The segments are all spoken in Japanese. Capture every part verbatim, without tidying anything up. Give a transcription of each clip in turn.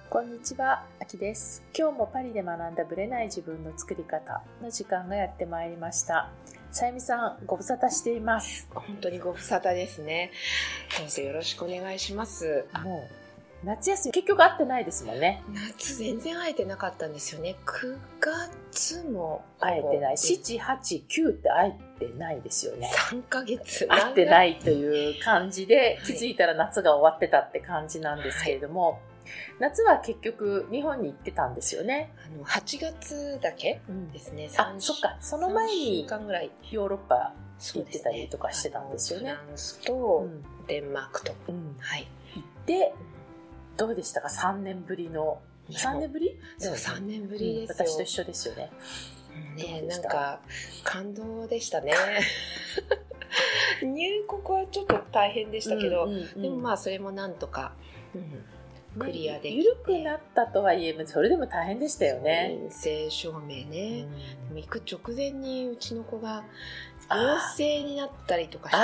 こんにちは、あきです。今日もパリで学んだブレない自分の作り方の時間がやってまいりました。さゆみさん、ご無沙汰しています。 本当にご無沙汰ですね。どうぞよろしくお願いします。 もう夏休み結局会ってないですもんね。 夏全然会えてなかったんですよね。くがつも会えてない。しち、はち、きゅうって会えてないですよね。 さんかげつ会ってないという感じで、気づいたら夏が終わってたって感じなんですけれども、はい、夏は結局日本に行ってたんですよね。 あのはちがつだけですね、 うん、あ、そっか、その前にヨーロッパ行ってたりとかしてたんですよね。 フランスとデンマークと、 うん、 はい、 行ってどうでしたか？さんねんぶりのさんねんぶり？ そうさんねんぶりですよ、 うん、私と一緒ですよね。 ね、なんか感動でしたね入国はちょっと大変でしたけど、うんうんうん、でもまあそれもなんとか、うん、クリアできて、 緩くなったとはいえそれでも大変でしたよね。 陰性証明ね、うん、でも行く直前にうちの子が陽性になったりとかして、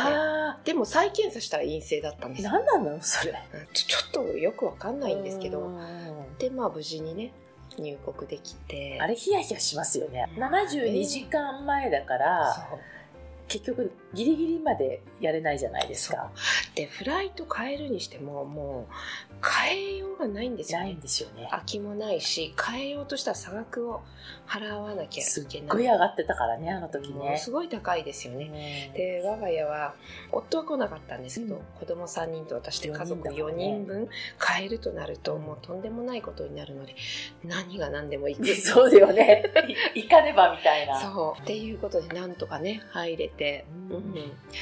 でも再検査したら陰性だったんですよ。 何なのそれ。 ちょ、ちょっとよくわかんないんですけど、でまあ無事にね入国できて、 あれヒヤヒヤしますよね。ななじゅうにじかんまえだから、そう結局ギリギリまでやれないじゃないですか。 でフライト変えるにしてももう変えようがないんですよね。 ないんですよね。 空きもないし、変えようとしたら差額を払わなきゃいけない。 すっごい上がってたからね、あの時ね。 すごい高いですよね。で我が家は夫は来なかったんですけど、うん、子供さんにんと私で家族よにんぶん変えるとなると、もうとんでもないことになるので、何が何でも行く。 そうだよね。行かねばみたいな。 そうっていうことでなんとかね入れて、うん、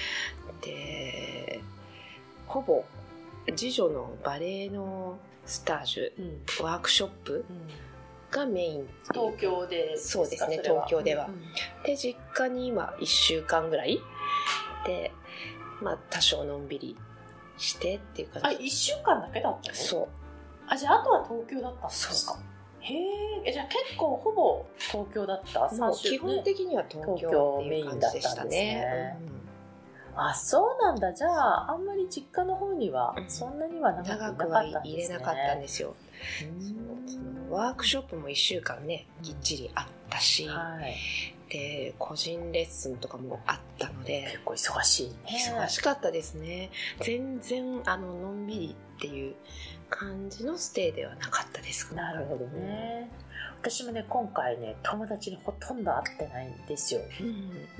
でほぼ次女のバレエのスタージュ、うん、ワークショップがメイン、 東京でですか？ そうですね、東京では、うん、で実家に今いっしゅうかんぐらいで、まあ、多少のんびりしてっていう感じ。 あ、いっしゅうかんだけだったの？ そう。 あ、じゃああとは東京だったんですか？へえ、じゃあ結構ほぼ東京だった？ もう基本的には東京っていう感じでしたね。 あ、そうなんだ。じゃああんまり実家の方にはそんなには長くは入れなかったんですね。 そのワークショップもいっしゅうかんねぎっちりあったし、はい、で個人レッスンとかもあったので結構忙しいね。 忙しかったですね。全然あののんびりっていう感じのステイではなかったです。 なるほどね。私もね今回ね友達にほとんど会ってないんですよ、うん、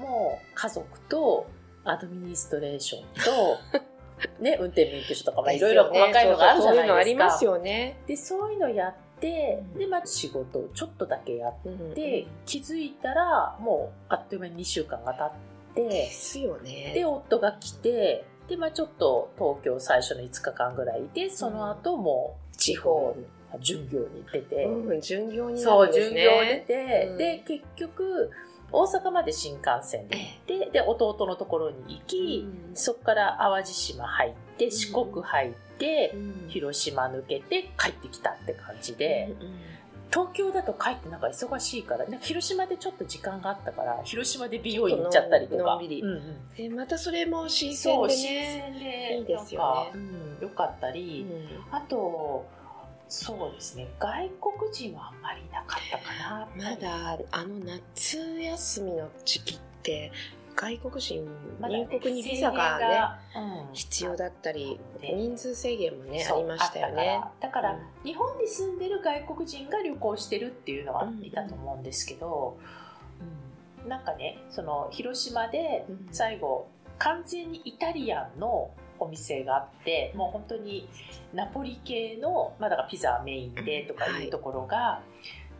もう家族とアドミニストレーションとね、運転免許証とかいろいろ細かいのがあるじゃないですか。そういうのありますよね。でそういうのやってで、まあ、仕事をちょっとだけやって、うん、気づいたらもうあっという間ににしゅうかんが経ってですよね。 で夫が来てで、まあ、ちょっと東京最初のいつかかんぐらいでその後も地方に巡業に出て、 うん、巡業になるんですね。そう巡業出て、うん、で結局大阪まで新幹線で行って、で弟のところに行き、うん、そこから淡路島入って四国入って、うん、広島抜けて帰ってきたって感じで、うんうん、東京だと帰ってなんか忙しいから広島でちょっと時間があったから広島で美容院行っちゃったりとか、 のんびり、うんうん、でまたそれも新鮮でね、 新鮮でいいですよね、 うん、よかったり、うん、あとそうですね、外国人はあんまりいなかったかな。 まだあの夏休みの時期って外国人入国にビザがね、うん、必要だったり人数制限もねありましたよね。 だから、うん、日本に住んでる外国人が旅行してるっていうのはいたと思うんですけど、うんうん、なんかねその広島で最後、うん、完全にイタリアンのお店があってもう本当にナポリ系の、まあ、だからピザメインでとかいうところが、はい、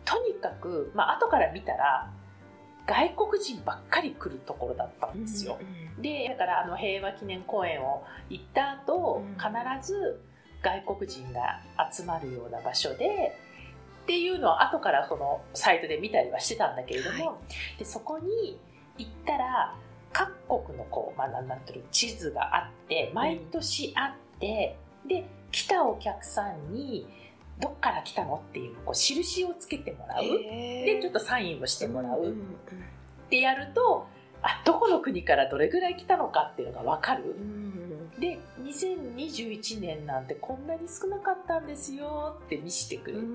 とにかく、まあ後から見たら外国人ばっかり来るところだったんですよ、うんうん、でだからあの平和記念公園を行った後、うん、必ず外国人が集まるような場所でっていうのを後からそのサイトで見たりはしてたんだけれども、はい、でそこに行ったら各国のこう、まあ、なんていう地図があって毎年あって、うん、で来たお客さんにどっから来たのっていうこう印をつけてもらう、でちょっとサインをしてもらう、うんうんうん、ってやるとあどこの国からどれぐらい来たのかっていうのが分かる、うんうん、でににせんにじゅういちねんなんてこんなに少なかったんですよって見せてくれて、うん、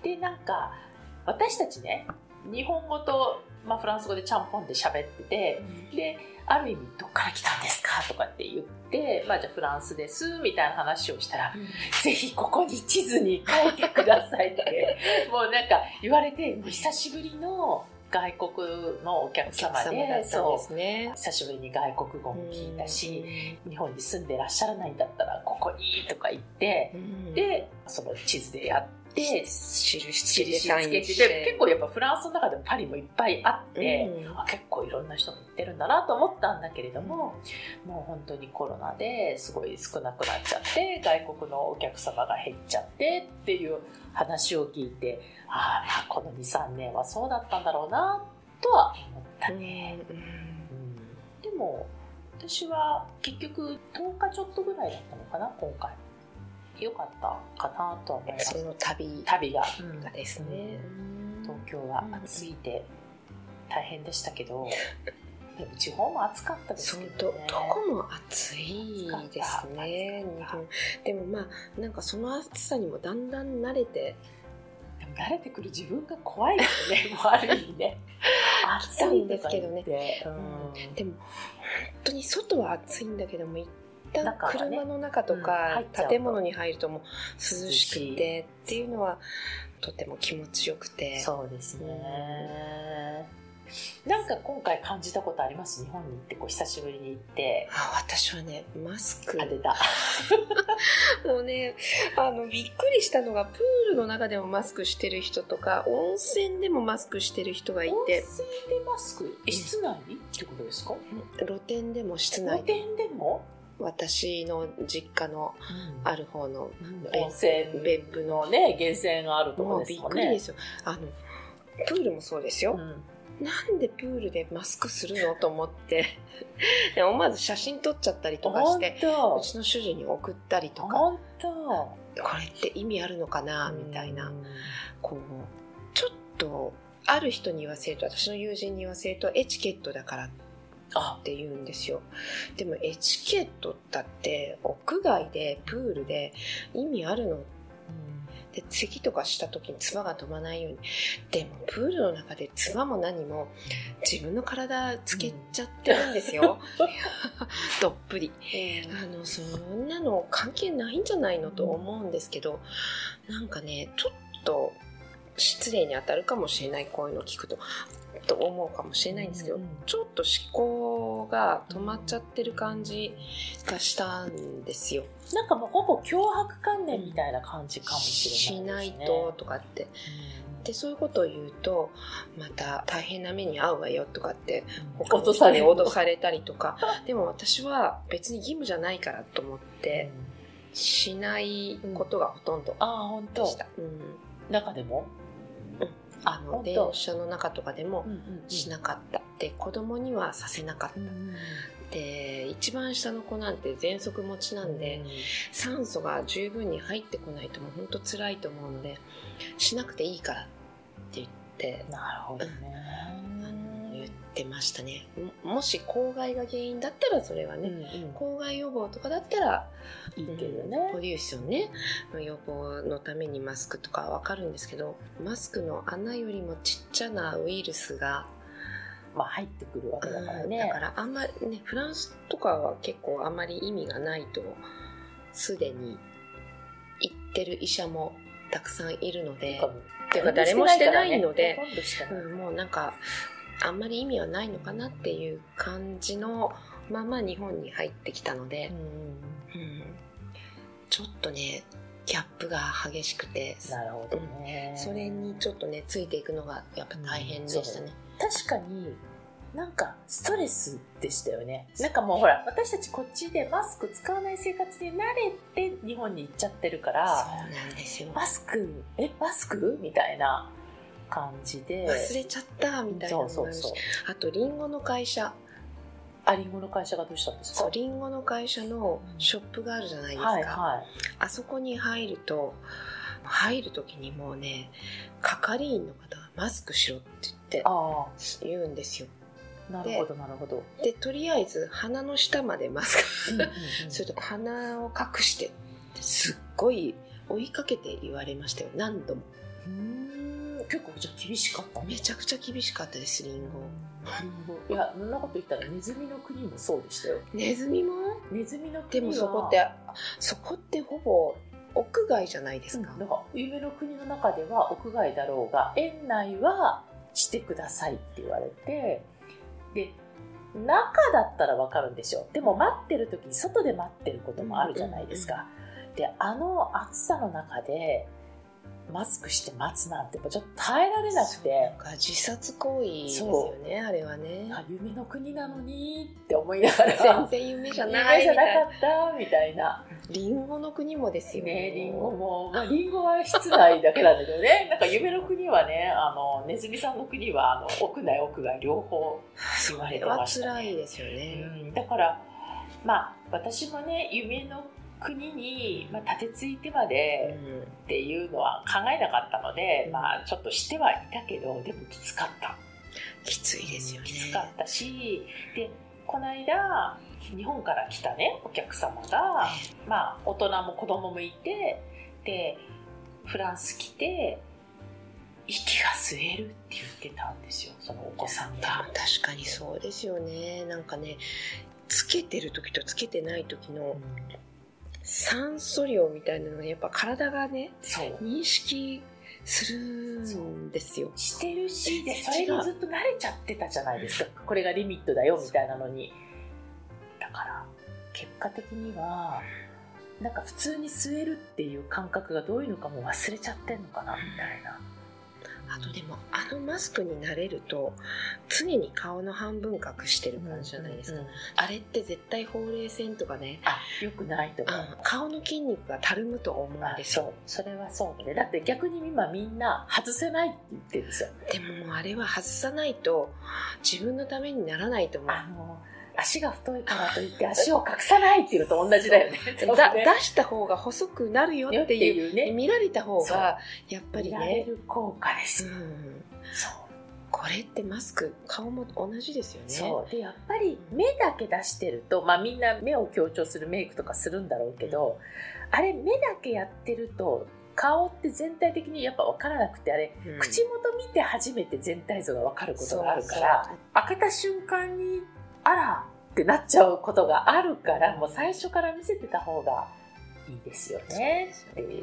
でなんか私たちね日本語と、まあ、フランス語でちゃんぽんで喋ってて、うん、である意味どっから来たんですかとかって言って、まあ、じゃあフランスですみたいな話をしたら、うん、ぜひここに地図に書いてくださいってもうなんか言われて、もう久しぶりの外国のお客様 で, でそうね、 久しぶりに外国語も聞いたし、日本に住んでらっしゃらないんだったらここにとか言って、でその地図でやってで印つけて、で結構やっぱフランスの中でもパリもいっぱいあって、うん、あ結構いろんな人も行ってるんだなと思ったんだけれども、うん、もう本当にコロナですごい少なくなっちゃって外国のお客様が減っちゃってっていう話を聞いて、ああこの にさんねんはそうだったんだろうなとは思ったね、うんうん、でも私は結局とおかちょっとぐらいだったのかな今回。良かったかなとは思います。 その旅旅が、 うん、がですね、 東京は暑すぎて大変でしたけど、うん、でも地方も暑かったですけどね。 どこも暑いですね日本。でもまあなんかその暑さにもだんだん慣れて、 でも慣れてくる自分が怖いよねもうある意味ね暑いんですけどね、うん、でも本当に外は暑いんだけども車の中とか建物に入るともう涼しくてっていうのはとても気持ちよくて。 そうですね、うん、なんか今回感じたことあります？日本に行ってこう久しぶりに行って。 あ、私はねマスク。 あ、出たもうねあのびっくりしたのがプールの中でもマスクしてる人とか温泉でもマスクしてる人がいて。 温泉でマスク？え、室内ってことですか？ 露天でも室内でも。露天でも？ 私の実家のある方の温泉別府のね源泉があるところですもんね。 もうびっくりですよ。あのプールもそうですよ、うん、なんでプールでマスクするのと思って思わず写真撮っちゃったりとかしてうちの主人に送ったりとか、 本当これって意味あるのかなみたいな、こうちょっとある人に言わせると、私の友人に言わせるとエチケットだからって言うんですよ。でもエチケットだって屋外でプールで意味あるの、うん、で咳とかした時に唾が飛ばないように。でもプールの中で唾も何も自分の体つけちゃってるんですよ、うん、どっぷり、うん、あのそんなの関係ないんじゃないのと思うんですけど、なんかねちょっと失礼に当たるかもしれない、こういうの聞くとと思うかもしれないんですけど、うんうん、ちょっと思考が止まっちゃってる感じがしたんですよ。 なんかもうほぼ脅迫観念みたいな感じかもしれないですね。 しないととかって、うん、でそういうことを言うとまた大変な目に遭うわよとかって、うん、他の人に脅されたりとかでも私は別に義務じゃないからと思って、うん、しないことがほとんどでした、うん、あ、 本当、うん、中でもあの電車の中とかでもしなかった、うんうんうん、で子供にはさせなかった、うんうん、で一番下の子なんて喘息持ちなんで、うん、酸素が十分に入ってこないともう本当辛いと思うのでしなくていいからって言って。 なるほどね、 うん、あの言ってましたね。 も, もし公害が原因だったらそれはね、うんうん、公害予防とかだったらいいけどね、 うん、ポリューションね予防のためにマスクとかわかるんですけど、マスクの穴よりもちっちゃなウイルスが、 まあ、入ってくるわけだからね、 うん、だからあんまりねフランスとかは結構あんまり意味がないとすでに言ってる医者もたくさんいるので、てか誰もしてないので、うん、もうなんかあんまり意味はないのかなっていう感じのまま日本に入ってきたので、うんうん、ちょっとねギャップが激しくて。 なるほどね、 うん、それにちょっとねついていくのがやっぱ大変でしたね、 うん、確かになんかストレスでしたよね。なんかもうほら私たちこっちでマスク使わない生活に慣れて日本に行っちゃってるから、 そうなんですよ。 マスクえマスクみたいな感じで忘れちゃったみたいなのもあるし、そうそうそう、あとリンゴの会社あリンゴの会社がどうしたんですか？ そうリンゴの会社のショップがあるじゃないですか、はいはい、あそこに入ると入る時にもうね係員の方がマスクしろって言って言うんですよ。 なるほどなるほど。 でとりあえず鼻の下までマスク、 うんうんうん、 それと鼻を隠してってすっごい追いかけて言われましたよ、何度も。 うーん、結構じゃあ厳しかった、ね、 めちゃくちゃ厳しかったです。リンゴ、 リンゴいや、そんなこと言ったらネズミの国もそうでしたよ。 ネズミもネズミの国はでもそこってそこってほぼ屋外じゃないですか、 うん、だから夢の国の中では屋外だろうが園内はしてくださいって言われて、で中だったら分かるんですよ。でも待ってる時に外で待ってることもあるじゃないですか、うんうんうん、であの暑さの中でマスクして待つなんてちょっと耐えられなくて、 なんか自殺行為ですよね、あれはね。 夢の国なのにって思いながら全然夢じゃない夢じゃなかったみたいな。 リンゴの国もですよね。 リンゴも、まあ、リンゴは室内だけなんだけどねなんか夢の国はね、あのネズミさんの国はあの屋内屋外両方言われてましたね。 それは辛いですよね、 うん、だからまあ私もね夢の国に、まあ、立てついてまでっていうのは考えなかったので、うん、まあちょっとしてはいたけど、でもきつかった。 きついですよね。 きつかったし、でこの間日本から来たねお客様が、まあ大人も子供もいて、でフランス来て息が吸えるって言ってたんですよ、そのお子さんが。 確かにそうですよね。なんかね、つけてる時とつけてない時の、うん、酸素量みたいなのがやっぱ体がね認識するんですよ。 してるし、でそれにずっと慣れちゃってたじゃないですか、これがリミットだよみたいなのに。だから結果的にはなんか普通に吸えるっていう感覚がどういうのかも忘れちゃってんのかなみたいな。 あとでもあのマスクに慣れると常に顔の半分隠してる感じじゃないですか、うんうんうん、あれって絶対ほうれい線とかね、 あ、よくないと思う。 顔の筋肉がたるむと思うんですよ。 そう、それはそうね。だって逆に今みんな外せないって言ってるんですよ。 でももうあれは外さないと自分のためにならないと思う。 あの足が太いからといって足を隠さないっていうのと同じだよね。 だ出した方が細くなるよっていう、ね、見られた方がやっぱりね、 見られる効果ですよ、うん、 そうこれってマスク顔も同じですよね。 そうでやっぱり目だけ出してると、まあ、みんな目を強調するメイクとかするんだろうけど、うん、あれ目だけやってると顔って全体的にやっぱ分からなくて、あれ、うん、口元見て初めて全体像が分かることがあるから、そうそう開けた瞬間にあらってなっちゃうことがあるから、もう最初から見せてた方がいいですよねっていう、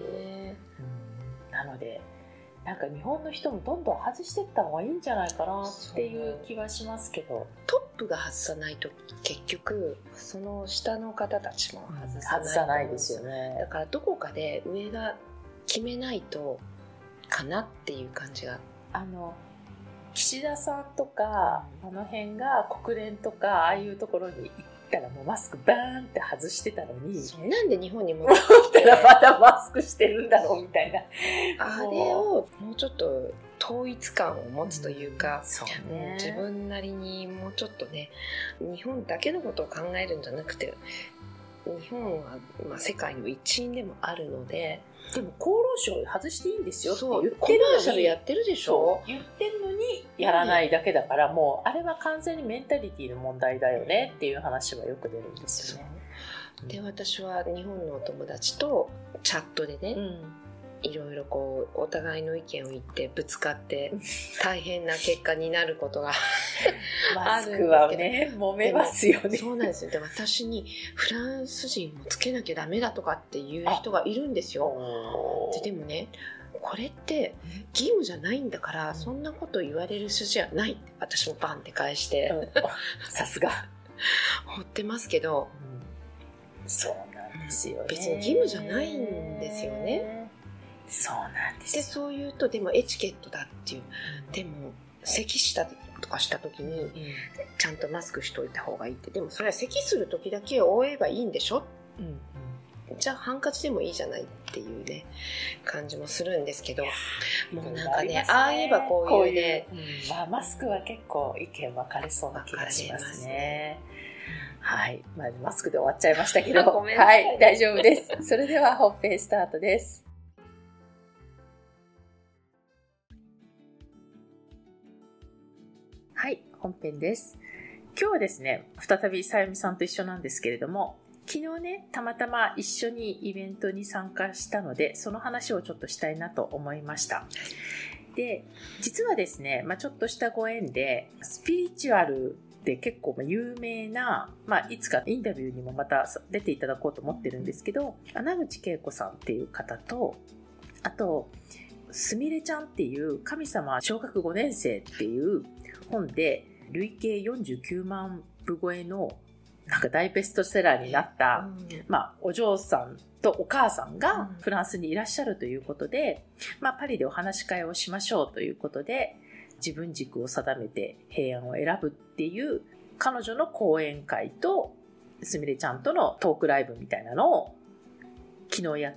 うん、なのでなんか日本の人もどんどん外していった方がいいんじゃないかなっていう気はしますけど、 トップが外さないと結局その下の方たちも外さない、 外さないですよね。 だからどこかで上が決めないとかなっていう感じが。 あの岸田さんとかあの辺が国連とかああいうところに行ったらもうマスクバーンって外してたのに、 なんで日本に戻ってきたらまたマスクしてるんだろうみたいな。 あれをもうちょっと統一感を持つというか、 うん、そうね、 自分なりにもうちょっとね、日本だけのことを考えるんじゃなくて、日本は、まあ、世界の一員でもあるので。 でも厚労省外していいんですよって言ってるのに、 コマーシャルやってるでしょ、 言ってるのにやらないだけだから、もうあれは完全にメンタリティの問題だよねっていう話はよく出るんですよね。 で私は日本のお友達とチャットでね、うん、いろいろこうお互いの意見を言ってぶつかって大変な結果になることがマスクはね揉めますよね。 そうなんですよ。で私にフランス人もつけなきゃダメだとかっていう人がいるんですよ。で, でもねこれって義務じゃないんだから、うん、そんなこと言われる筋はないって私もバンって返してさすが放ってますけど、 うん、そうなんですよね。 別に義務じゃないんですよね。 そうなんです。 でそう言うとでもエチケットだっていう、うん、でも咳したとかした時に、うん、ちゃんとマスクしといた方がいいって。でもそれは咳する時だけ覆えばいいんでしょ、うんうん、じゃあハンカチでもいいじゃないっていうね感じもするんですけど、もうなんか ね, ねああ言えばこういうね、 こういう、うんまあ、マスクは結構意見分かれそうな気がしますね。はい、まあ、マスクで終わっちゃいましたけどごめんなさい、 はい、大丈夫です。それでは本編スタートです。はい、本編です。 今日はですね、再びさゆみさんと一緒なんですけれども、昨日ね、たまたま一緒にイベントに参加したので、その話をちょっとしたいなと思いました。で、実はですね、まあ、ちょっとしたご縁で、スピリチュアルで結構有名な、まあ、いつかインタビューにもまた出ていただこうと思ってるんですけど、穴口恵子さんっていう方と、あと、すみれちゃんっていう神様小学ごねん生っていう本で、累計よんじゅうきゅうまんぶ超えのなんか大ベストセラーになった、うん、まあ、お嬢さんとお母さんがフランスにいらっしゃるということで、うん、まあ、パリでお話し会をしましょうということで、自分軸を定めて平安を選ぶっていう彼女の講演会とすみれちゃんとのトークライブみたいなのを昨日やって、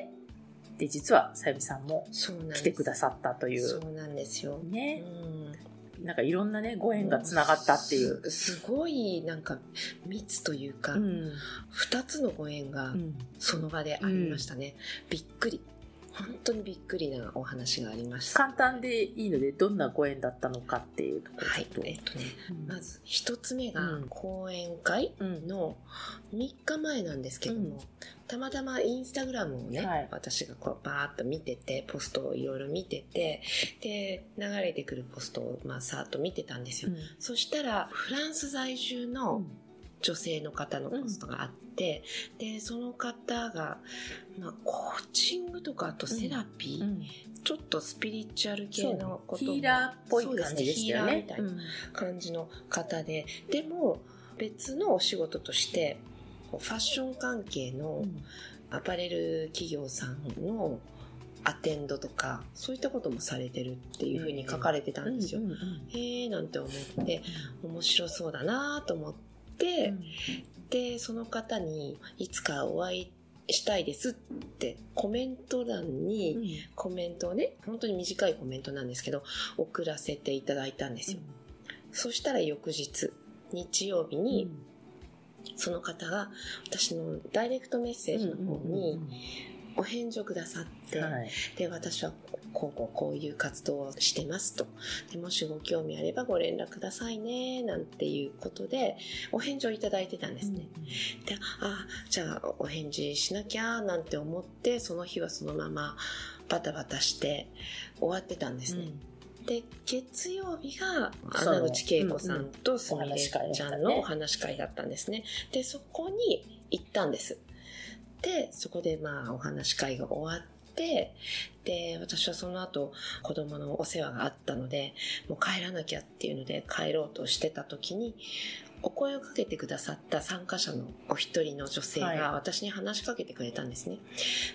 で実はさゆみさんも来てくださったという。 そうなんですよね。うんなんかいろんなねご縁がつながったっていうす, すごいなんか密というか、うん、ふたつのご縁がその場でありましたね、うん、びっくり本当にびっくりなお話がありました。 簡単でいいのでどんなご縁だったのかっていうところはいえっとね、うん、まず一つ目が講演会のみっかまえなんですけども、うん、たまたまインスタグラムをね、はい、私がこうバーッと見ててポストをいろいろ見ててで流れてくるポストをまあさーっと見てたんですよ、うん、そしたらフランス在住の女性の方のポストがあって、うん、でその方が、まあ、コーチングとかあとセラピー、うんうん、ちょっとスピリチュアル系のこともヒーラーっぽい感じでしたよね。 ヒーラーみたいな感じの方で、うん、でも別のお仕事としてファッション関係のアパレル企業さんのアテンドとかそういったこともされてるっていう風に書かれてたんですよ、うんうんうん、へーなんて思って面白そうだなと思ってで、うん、でその方にいつかお会いしたいですってコメント欄にコメントをね、うん、本当に短いコメントなんですけど送らせていただいたんですよ、うん、そしたら翌日日曜日に、うん、その方が私のダイレクトメッセージの方にお返事をくださって、はい、で私はこうこうこういう活動をしてますとでもしご興味あればご連絡くださいねなんていうことでお返事をいただいてたんですね、うん、であじゃあお返事しなきゃなんて思ってその日はそのままバタバタして終わってたんですね、うん、で月曜日が穴口恵子さんとすみれちゃんのお話し会だったんですね。でそこに行ったんです。でそこでまあお話し会が終わってで私はその後子供のお世話があったのでもう帰らなきゃっていうので帰ろうとしてた時にお声をかけてくださった参加者のお一人の女性が私に話しかけてくれたんですね、はい、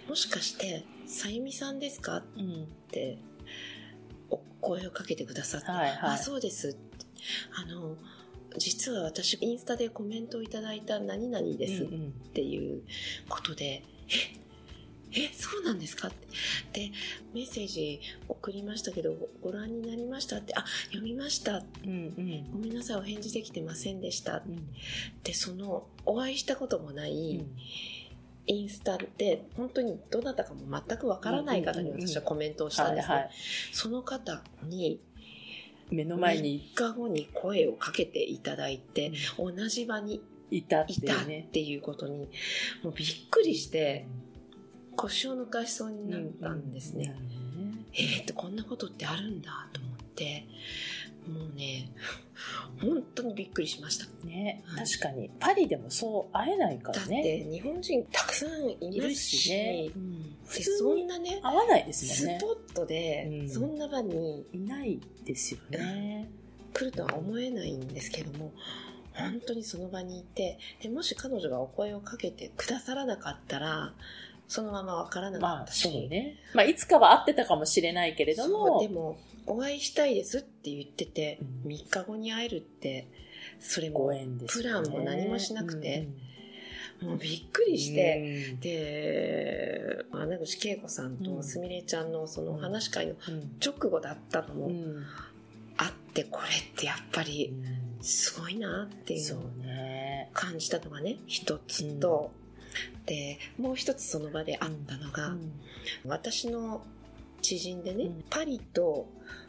もしかしてさゆみさんですか、うん、ってお声をかけてくださって、はいはい、あそうですってあの実は私インスタでコメントをいただいた何々ですっていうことで、うんうん、ええそうなんですかってでメッセージ送りましたけど ご, ご覧になりましたってあ読みました、うんうん、ごめんなさいお返事できてませんでした、うん、でそのお会いしたこともない、うんインスタで本当にどなたかも全くわからない方に私はコメントをしたんですね。その方に目の前にみっかごに声をかけていただいて、うん、同じ場にいたっていう、ね、っていうことにもうびっくりして腰を抜かしそうになったんですね、うんうん、えーってこんなことってあるんだと思ってもうね本当にびっくりしましたね、はい、確かにパリでもそう会えないからね。 だって日本人たくさんいますし、しねうん、 普通に会わないですもんね。 スポットでそんな場にいないですよね、 うん、来るとは思えないんですけども本当にその場にいてでもし彼女がお声をかけてくださらなかったらそのまま分からなかったし、 まあそうねまあ、いつかは会ってたかもしれないけれどもでもお会いしたいですって言ってて、うん、みっかごに会えるってそれもプランも何もしなくて、うん、もうびっくりして、うん、で穴口恵子さんとすみれちゃんのそのお話し会の直後だったのもあってこれってやっぱりすごいなっていうのを感じたのがね一つと、でもう一つその場であったのが、うん、私の知人でね、うん、パリと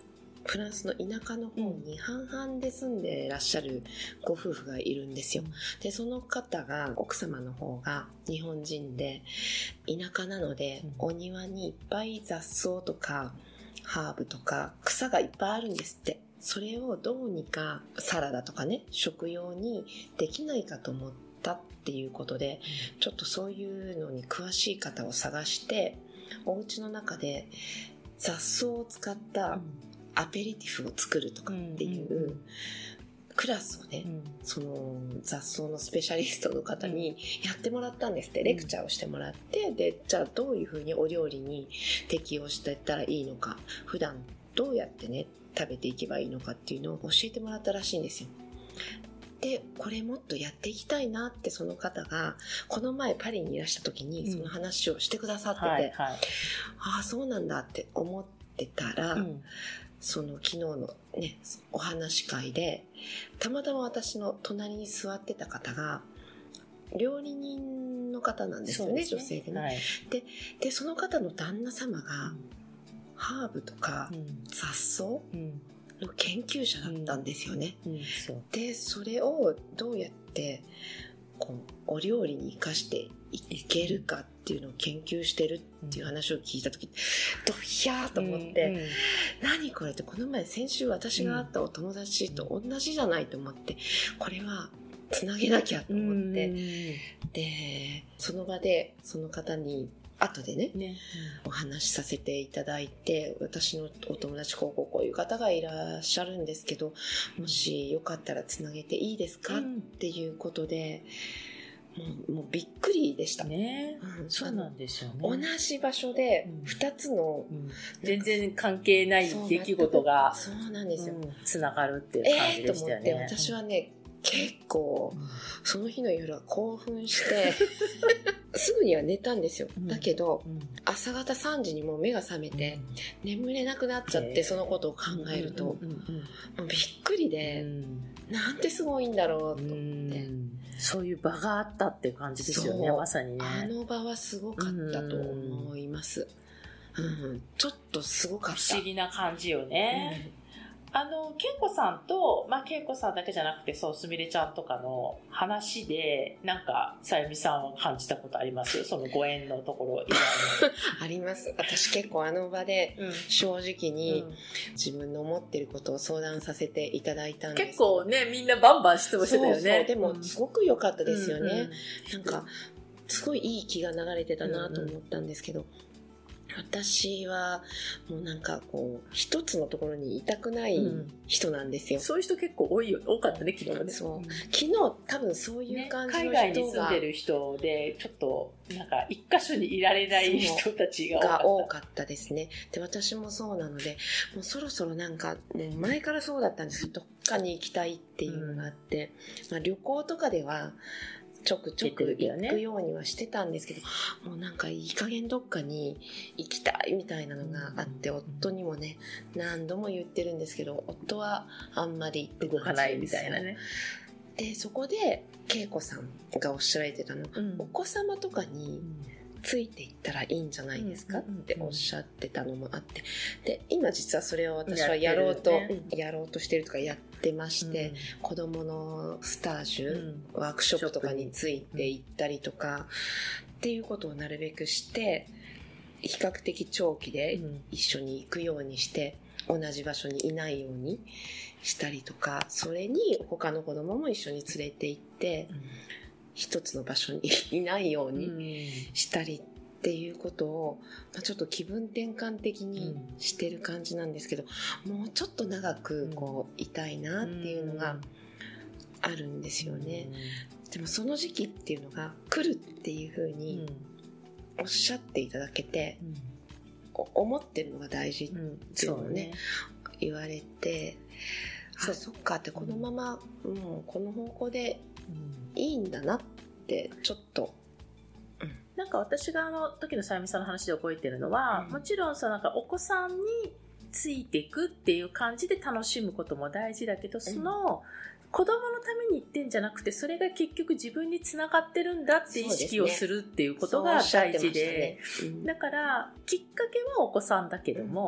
フランスの田舎の方に半々で住んでらっしゃるご夫婦がいるんですよ。で、その方が、奥様の方が日本人で、田舎なので、お庭にいっぱい雑草とか、ハーブとか、草がいっぱいあるんですって。それをどうにかサラダとかね、食用にできないかと思ったっていうことで、ちょっとそういうのに詳しい方を探して、お家の中で雑草を使ったアペリティフを作るとかっていうクラスをね、その雑草のスペシャリストの方にやってもらったんですって。レクチャーをしてもらって、で、じゃあどういうふうにお料理に適応していったらいいのか、普段どうやってね、食べていけばいいのかっていうのを教えてもらったらしいんですよ。で、これもっとやっていきたいなってその方が、この前パリにいらした時にその話をしてくださってて、うんはいはい、ああ、そうなんだって思ってたら、うん、その昨日のね、お話会で、たまたま私の隣に座ってた方が、料理人の方なんですよね、女性でね、はい、で。で、その方の旦那様が、ハーブとか雑草、うんの研究者だったんですよね、うんうん、そでそれをどうやってこうお料理に生かしていけるかっていうのを研究してるっていう話を聞いた時、ドヒャーと思って、うんうん、何これって、この前先週私が会ったお友達と同じじゃないと思って、これはつなげなきゃと思って、うん、でその場でその方に後で ね, ね、うん、お話しさせていただいて、私のお友達こうこうこういう方がいらっしゃるんですけど、もしよかったらつなげていいですか、うん、っていうことで、もう、もうびっくりでしたね、うん、そうなんですよね。 同じ場所でふたつの、 うんうん、全然関係ない出来事がそうなんですよ、 つながるっていう感じでしたよね。 えー、と思って、私はね、結構その日の夜は興奮してすぐには寝たんですよ、うん、だけど、うん、朝方さんじにもう目が覚めて、うん、眠れなくなっちゃって、そのことを考えると、うんうんうんうん、もうびっくりで、うん、なんてすごいんだろうと思って、うん、 そういう場があったっていう感じですよね、まさにね。 あの場はすごかったと思います、うんうん、ちょっとすごかった。 不思議な感じよね、うん。あの、けいこさんと、まあ、けいこさんだけじゃなくて、そう、すみれちゃんとかの話で、なんか、さゆみさんは感じたことあります？そのご縁のところ以外に。 あります。私結構あの場で、正直に自分の思ってることを相談させていただいたんです。 結構ね、みんなバンバン質問してたよね。そうそう、 でも、すごく良かったですよね。うんうん、なんか、すごいいい気が流れてたなと思ったんですけど、うんうん、私はもうなんかこう一つのところにいたくない人なんですよ、 うん、そういう人結構多いよ、多かったね、昨日はね。 そう、うん、昨日多分そういう感じの人が、 ね、海外に住んでる人でちょっとなんか一箇所にいられない人たちが多かった、 が多かったですね。で、私もそうなので、もうそろそろなんかもう前からそうだったんですよ。どっかに行きたいっていうのがあって、うん、まあ、旅行とかではちょくちょく行くようにはしてたんですけど、ね、もうなんかいい加減どっかに行きたいみたいなのがあって、うん、夫にもね何度も言ってるんですけど、夫はあんまり動かないみたいなね。 で、そこで恵子さんがおっしゃられてたの、うん、お子様とかについていったらいいんじゃないですか、うん、っておっしゃってたのもあって、で今実はそれを私はやろうとや,、ね、やろうとしてるとかやってまして、うん、子どものスタージュ、うん、ワークショップとかについていったりとか、うん、っていうことをなるべくして比較的長期で一緒に行くようにして、同じ場所にいないようにしたりとか、それに他の子供も一緒に連れて行って、うん、一つの場所にいないようにしたりっていうことを、まあ、ちょっと気分転換的にしてる感じなんですけど、もうちょっと長くこういたいなっていうのがあるんですよね。でもその時期っていうのが来るっていう風におっしゃっていただけて、思ってるのが大事っていうのをね、うん、言われて、あ、そっかって、このまま、うん、この方向でいいんだなってちょっと、 うん、なんか私があの時のさゆみさんの話で覚えてるのは、うん、もちろんそのなんかお子さんについていくっていう感じで楽しむことも大事だけど、その、うん子供のために言ってんじゃなくて、それが結局自分につながってるんだって意識をするっていうことが大事で、だからきっかけはお子さんだけども、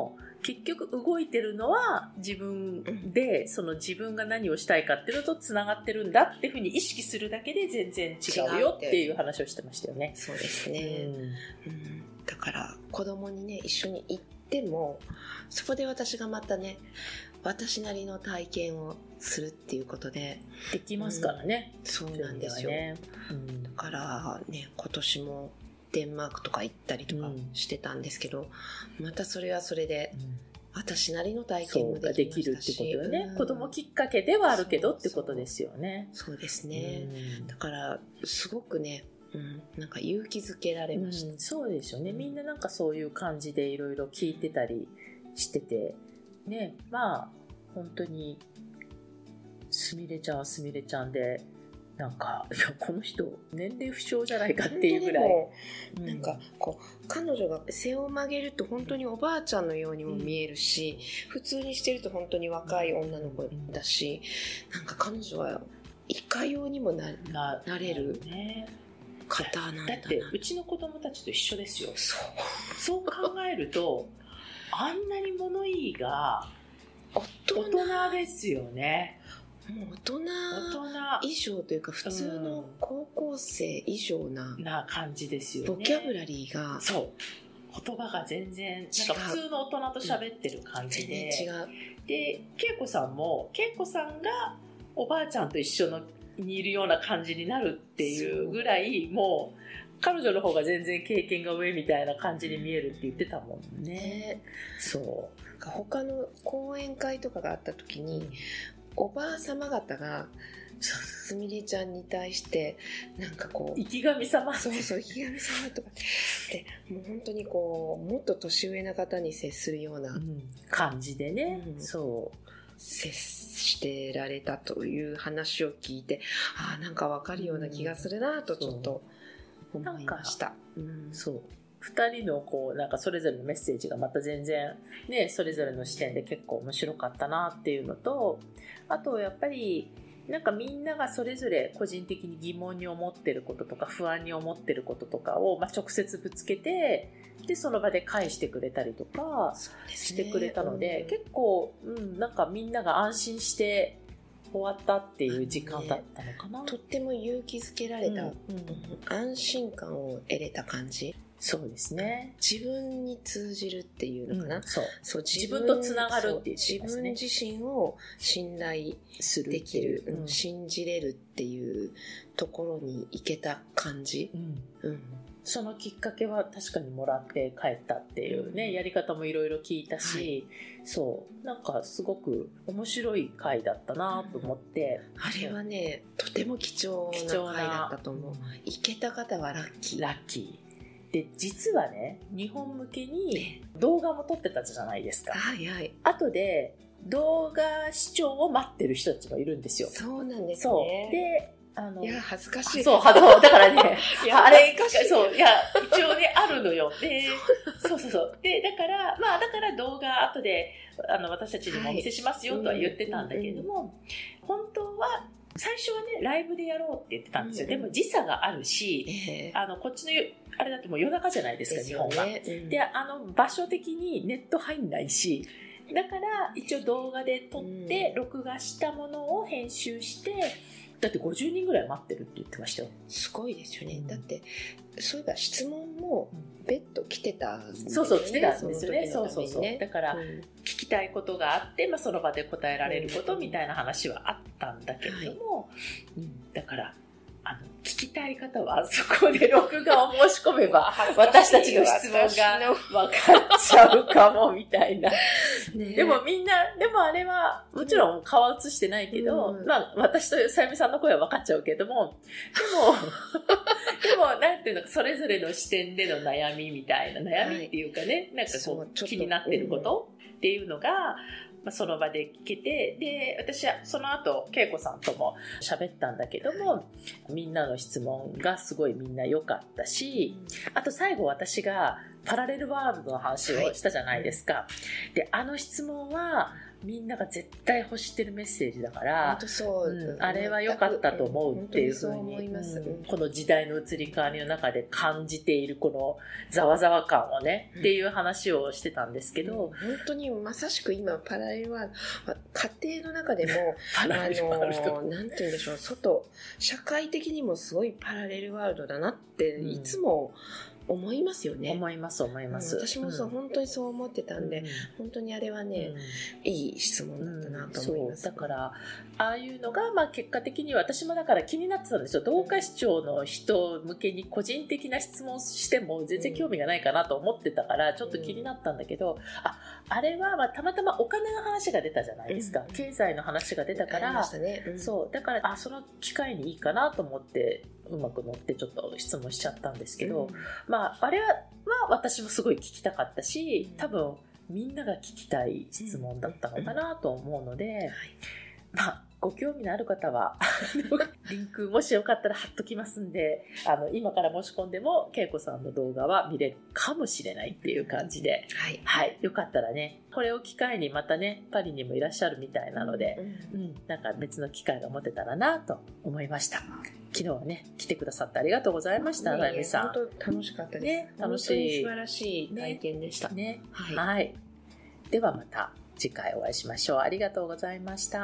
結局動いてるのは自分で、うん、その自分が何をしたいかっていうのとつながってるんだっていうふうに意識するだけで全然違うよっていう話をしてましたよね。 そうですね、うんうん、だから子供にね一緒に行ってもそこで私がまたね私なりの体験をするっていうことでできますからね、 うん、そうなんですよ、ねうん、だからね今年もデンマークとか行ったりとかしてたんですけど、うん、またそれはそれで私なりの体験もできましたし、 そうができるってことよね、うん、子供きっかけではあるけどってことですよね。 そうですね、うん、だからすごくね、うん、なんか勇気づけられました、うん、 そうですよね。みんななんかそういう感じでいろいろ聞いてたりしててね、まあ本当にすみれちゃんはすみれちゃんでなんかいやこの人年齢不詳じゃないかっていうぐらい、 うん、なんかこう彼女が背を曲げると本当におばあちゃんのようにも見えるし、うん、普通にしてると本当に若い女の子だし、うん、なんか彼女はいかようにも な, な, なれる方なんだな。 だってうちの子供たちと一緒ですよ。 そうそう考えるとあんなに物言いが大人ですよね。 もう大人以上というか普通の高校生以上な、 うん、な感じですよね。 ボキャブラリーがそう言葉が全然なんか普通の大人と喋ってる感じで、 うん、全然違う。 で恵子さんも恵子さんがおばあちゃんと一緒のにいるような感じになるっていうぐらいもう彼女の方が全然経験が上みたいな感じに見えるって言ってたもんね。ね、 そうなんか他の講演会とかがあった時におばあ様方がすみれちゃんに対してなんかこう生き神様そうそう生き神様とかでもう本当にこうもっと年上な方に接するような、うん、 感じでね、うん、そう接してられたという話を聞いてあなんか分かるような気がするなとちょっと思いました。 うん、そうふたりのこうなんかそれぞれのメッセージがまた全然ねそれぞれの視点で結構面白かったなっていうのと、あとやっぱりなんかみんながそれぞれ個人的に疑問に思ってることとか不安に思ってることとかをまあ直接ぶつけてでその場で返してくれたりとかしてくれたので、うん、結構、うん、なんかみんなが安心して終わったっていう時間だったのかな、 ね、とっても勇気づけられた、うんうん、安心感を得れた感じ。 そうですね。 自分に通じるっていうのかな、 うん、そうそう自分とつながるっていう、ね、 自分自身を信頼できる、うん、信じれるっていうところに行けた感じ、うんうん、 そのきっかけは確かにもらって帰ったっていうね、うん、やり方もいろいろ聞いたし、はい、そうなんかすごく面白い回だったなと思って、 うん、あれはねとても貴重な回だったと思う。行けた方はラッキーラッキーで、実はね日本向けに動画も撮ってたじゃないですか。 はいはい。 後で動画視聴を待ってる人たちがいるんですよ。 そうなんですね。 そうであのいや恥ずかしい。 そう、そうだからねいやあれそういや一応ねあるのよ。でそうそうそうでだからまあだから動画後であの私たちにもお見せしますよとは言ってたんだけれども、はいうんうん、本当は最初はねライブでやろうって言ってたんですよ、うんうん、でも時差があるし、えー、あのこっちのあれだともう夜中じゃないですかですよ、ね、日本は、うん、であの場所的にネット入んないしだから一応動画で撮って録画したものを編集してだってごじゅうにんぐらい待ってるって言ってましたよ。 すごいですよね、うん、だってそういえば質問も別途来てたんですよね。 そうそう来てたんですよね。そうそうそうだから、うん、聞きたいことがあって、まあ、その場で答えられることみたいな話はあったんだけれども、はいうん、だからあの聞きたい方はそこで録画を申し込めば私たちの質問が分かっちゃうかもみたいなね。でもみんなでもあれはもちろん顔映してないけど、うん、まあ私とさゆみさんの声は分かっちゃうけどもでもでもなんていうのかそれぞれの視点での悩みみたいな悩みっていうかね、はい、なんかこう気になってることっていうのがまあ、その場で聞けてで私はその後恵子さんとも喋ったんだけどもみんなの質問がすごいみんな良かったしあと最後私がパラレルワールドの話をしたじゃないですか、はい、であの質問はみんなが絶対欲してるメッセージだから本当そう、 うん、あれは良かったと思うっていうふうに、 うん、 この時代の移り変わりの中で感じているこのざわざわ感をね、うん、っていう話をしてたんですけど、うん、 本当にまさしく今パラレルワールド、家庭の中でもパラレルワールドあのなんて言うんでしょう、外社会的にもすごいパラレルワールドだなっていつも、うん思いますよね。 思います思います、 うん、私もそう、うん、本当にそう思ってたんで、うん、本当にあれはね、うん、いい質問だったなと思います、 うん、だからああいうのが、まあ、結果的に私もだから気になってたんですよ。同化視聴の人向けに個人的な質問しても全然興味がないかなと思ってたからちょっと気になったんだけど、うん、ああれはまあたまたまお金の話が出たじゃないですか、うん、経済の話が出たから、 ねうん、 そうだからあその機会にいいかなと思ってうまく乗ってちょっと質問しちゃったんですけど、うん、まああれは私もすごい聞きたかったし、多分みんなが聞きたい質問だったのかなと思うので、うんはい、まあご興味のある方はリンクもしよかったら貼っときますんで、あの今から申し込んでも恵子さんの動画は見れるかもしれないっていう感じで、はいはい、よかったらねこれを機会にまたねパリにもいらっしゃるみたいなので、うんうん、なんか別の機会が持てたらなと思いました。昨日はね来てくださってありがとうございました。なゆみさん本当楽しかったです、 ね、楽しい素晴らしい体験でした、ねねはい、はい、ではまた次回お会いしましょう。ありがとうございました。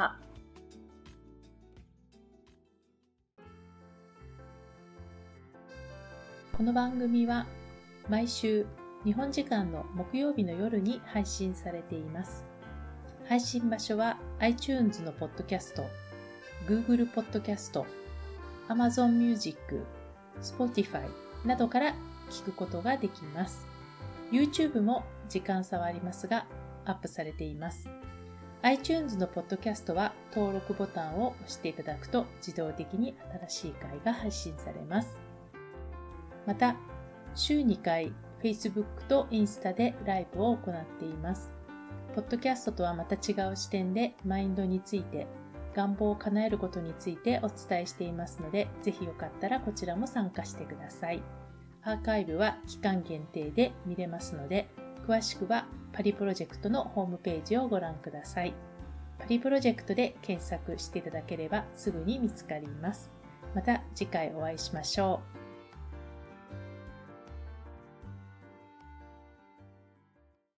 この番組は毎週日本時間の木曜日の夜に配信されています。配信場所は iTunes のポッドキャスト、Google ポッドキャスト、Amazon Music、Spotify などから聞くことができます。YouTube も時間差はありますがアップされています。iTunes のポッドキャストは登録ボタンを押していただくと自動的に新しい回が配信されます。また、週にかい Facebook とインスタでライブを行っています。ポッドキャストとはまた違う視点でマインドについて、願望を叶えることについてお伝えしていますので、ぜひよかったらこちらも参加してください。アーカイブは期間限定で見れますので、詳しくはパリプロジェクトのホームページをご覧ください。パリプロジェクトで検索していただければすぐに見つかります。また次回お会いしましょう。